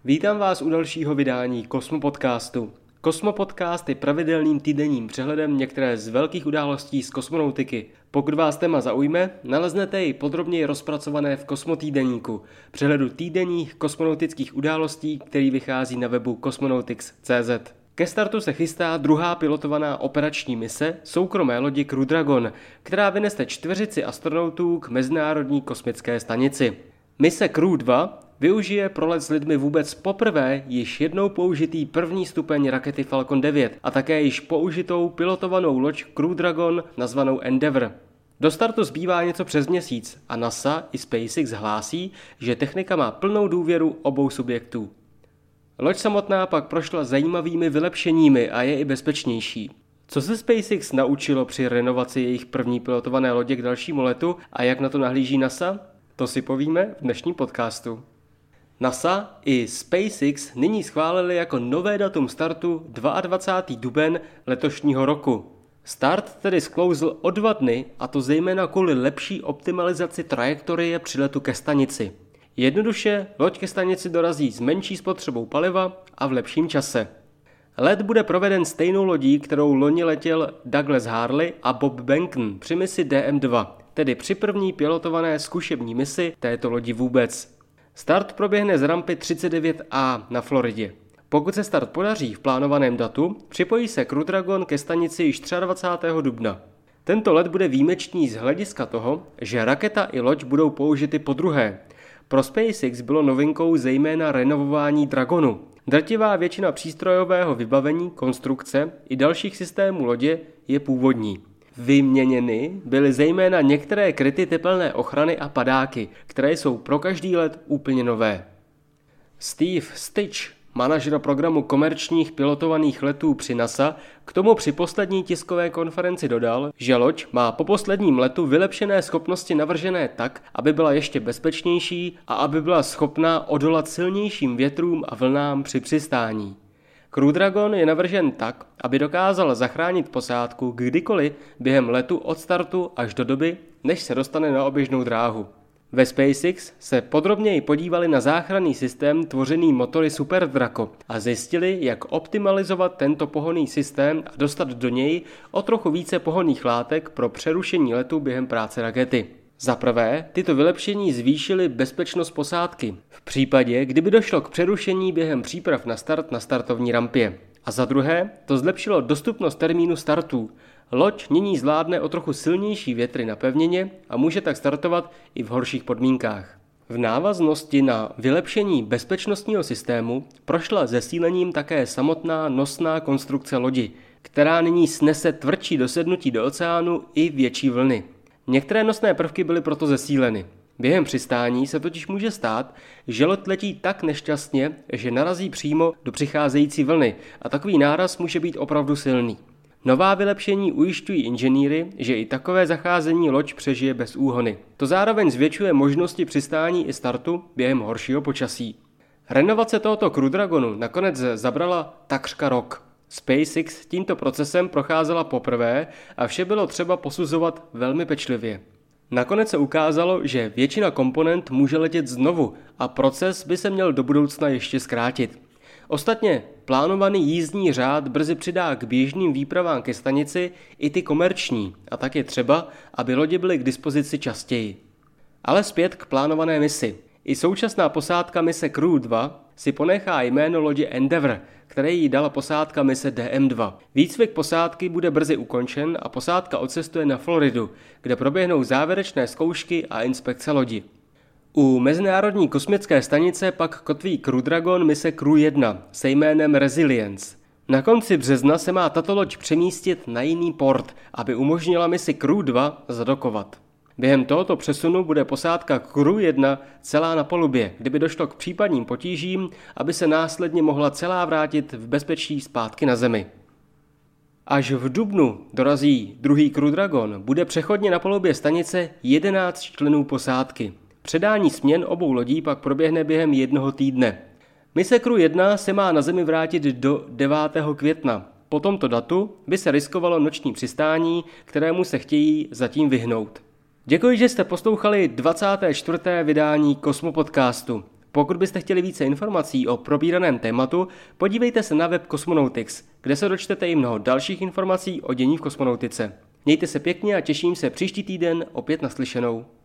Vítám vás u dalšího vydání Kosmopodcastu. Kosmopodcast je pravidelným týdenním přehledem některé z velkých událostí z kosmonautiky. Pokud vás téma zaujme, naleznete ji podrobněji rozpracované v Kosmotýdeníku, přehledu týdenních kosmonautických událostí, který vychází na webu cosmonautics.cz. Ke startu se chystá druhá pilotovaná operační mise soukromé lodi Crew Dragon, která vynese čtveřici astronautů k Mezinárodní kosmické stanici. Mise Crew 2 využije pro let s lidmi vůbec poprvé již jednou použitý první stupeň rakety Falcon 9 a také již použitou pilotovanou loď Crew Dragon nazvanou Endeavour. Do startu zbývá něco přes měsíc a NASA i SpaceX hlásí, že technika má plnou důvěru obou subjektů. Loď samotná pak prošla zajímavými vylepšeními a je i bezpečnější. Co se SpaceX naučilo při renovaci jejich první pilotované lodě k dalšímu letu a jak na to nahlíží NASA? To si povíme v dnešním podcastu. NASA i SpaceX nyní schválili jako nové datum startu 22. duben letošního roku. Start tedy sklouzl o 2 dny, a to zejména kvůli lepší optimalizaci trajektorie přiletu ke stanici. Jednoduše, loď ke stanici dorazí s menší spotřebou paliva a v lepším čase. Let bude proveden stejnou lodí, kterou loni letěl Douglas Hurley a Bob Behnken při misi DM-2, tedy při první pilotované zkušební misi této lodi vůbec. Start proběhne z rampy 39A na Floridě. Pokud se start podaří v plánovaném datu, připojí se Crew Dragon ke stanici již 23. dubna. Tento let bude výjimečný z hlediska toho, že raketa i loď budou použity podruhé. Pro SpaceX bylo novinkou zejména renovování Dragonu. Drtivá většina přístrojového vybavení, konstrukce i dalších systémů lodě je původní. Vyměněny byly zejména některé kryty tepelné ochrany a padáky, které jsou pro každý let úplně nové. Steve Stitch, manažer programu komerčních pilotovaných letů při NASA, k tomu při poslední tiskové konferenci dodal, že loď má po posledním letu vylepšené schopnosti navržené tak, aby byla ještě bezpečnější a aby byla schopná odolat silnějším větrům a vlnám při přistání. Crew Dragon je navržen tak, aby dokázal zachránit posádku kdykoliv během letu od startu až do doby, než se dostane na oběžnou dráhu. Ve SpaceX se podrobněji podívali na záchranný systém tvořený motory Super Draco a zjistili, jak optimalizovat tento pohonný systém a dostat do něj o trochu více pohonných látek pro přerušení letu během práce rakety. Za prvé, tyto vylepšení zvýšily bezpečnost posádky v případě, kdyby došlo k přerušení během příprav na start na startovní rampě. A za druhé, to zlepšilo dostupnost termínu startů. Loď nyní zvládne o trochu silnější větry na pevnině a může tak startovat i v horších podmínkách. V návaznosti na vylepšení bezpečnostního systému prošla zesílením také samotná nosná konstrukce lodi, která nyní snese tvrdší dosednutí do oceánu i větší vlny. Některé nosné prvky byly proto zesíleny. Během přistání se totiž může stát, že loď letí tak nešťastně, že narazí přímo do přicházející vlny a takový náraz může být opravdu silný. Nová vylepšení ujišťují inženýry, že i takové zacházení loď přežije bez úhony. To zároveň zvětšuje možnosti přistání i startu během horšího počasí. Renovace tohoto Crew Dragonu nakonec zabrala takřka rok. SpaceX tímto procesem procházela poprvé a vše bylo třeba posuzovat velmi pečlivě. Nakonec se ukázalo, že většina komponent může letět znovu a proces by se měl do budoucna ještě zkrátit. Ostatně plánovaný jízdní řád brzy přidá k běžným výpravám ke stanici i ty komerční a tak je třeba, aby lodě byly k dispozici častěji. Ale zpět k plánované misi. I současná posádka mise Crew 2 si ponechá jméno lodě Endeavour, které jí dala posádka mise DM-2. Výcvik posádky bude brzy ukončen a posádka odcestuje na Floridu, kde proběhnou závěrečné zkoušky a inspekce lodi. U Mezinárodní kosmické stanice pak kotví Crew Dragon mise Crew 1 se jménem Resilience. Na konci března se má tato loď přemístit na jiný port, aby umožnila misi Crew 2 zadokovat. Během tohoto přesunu bude posádka Crew 1 celá na palubě, kdyby došlo k případným potížím, aby se následně mohla celá vrátit v bezpečí zpátky na Zemi. Až v dubnu dorazí druhý Crew Dragon, bude přechodně na palubě stanice 11 členů posádky. Předání směn obou lodí pak proběhne během 1 týdne. Mise Crew 1 se má na Zemi vrátit do 9. května. Po tomto datu by se riskovalo noční přistání, kterému se chtějí zatím vyhnout. Děkuji, že jste poslouchali 24. vydání Kosmopodcastu. Pokud byste chtěli více informací o probíraném tématu, podívejte se na web Cosmonautics, kde se dočtete i mnoho dalších informací o dění v kosmonautice. Mějte se pěkně a těším se příští týden opět naslyšenou.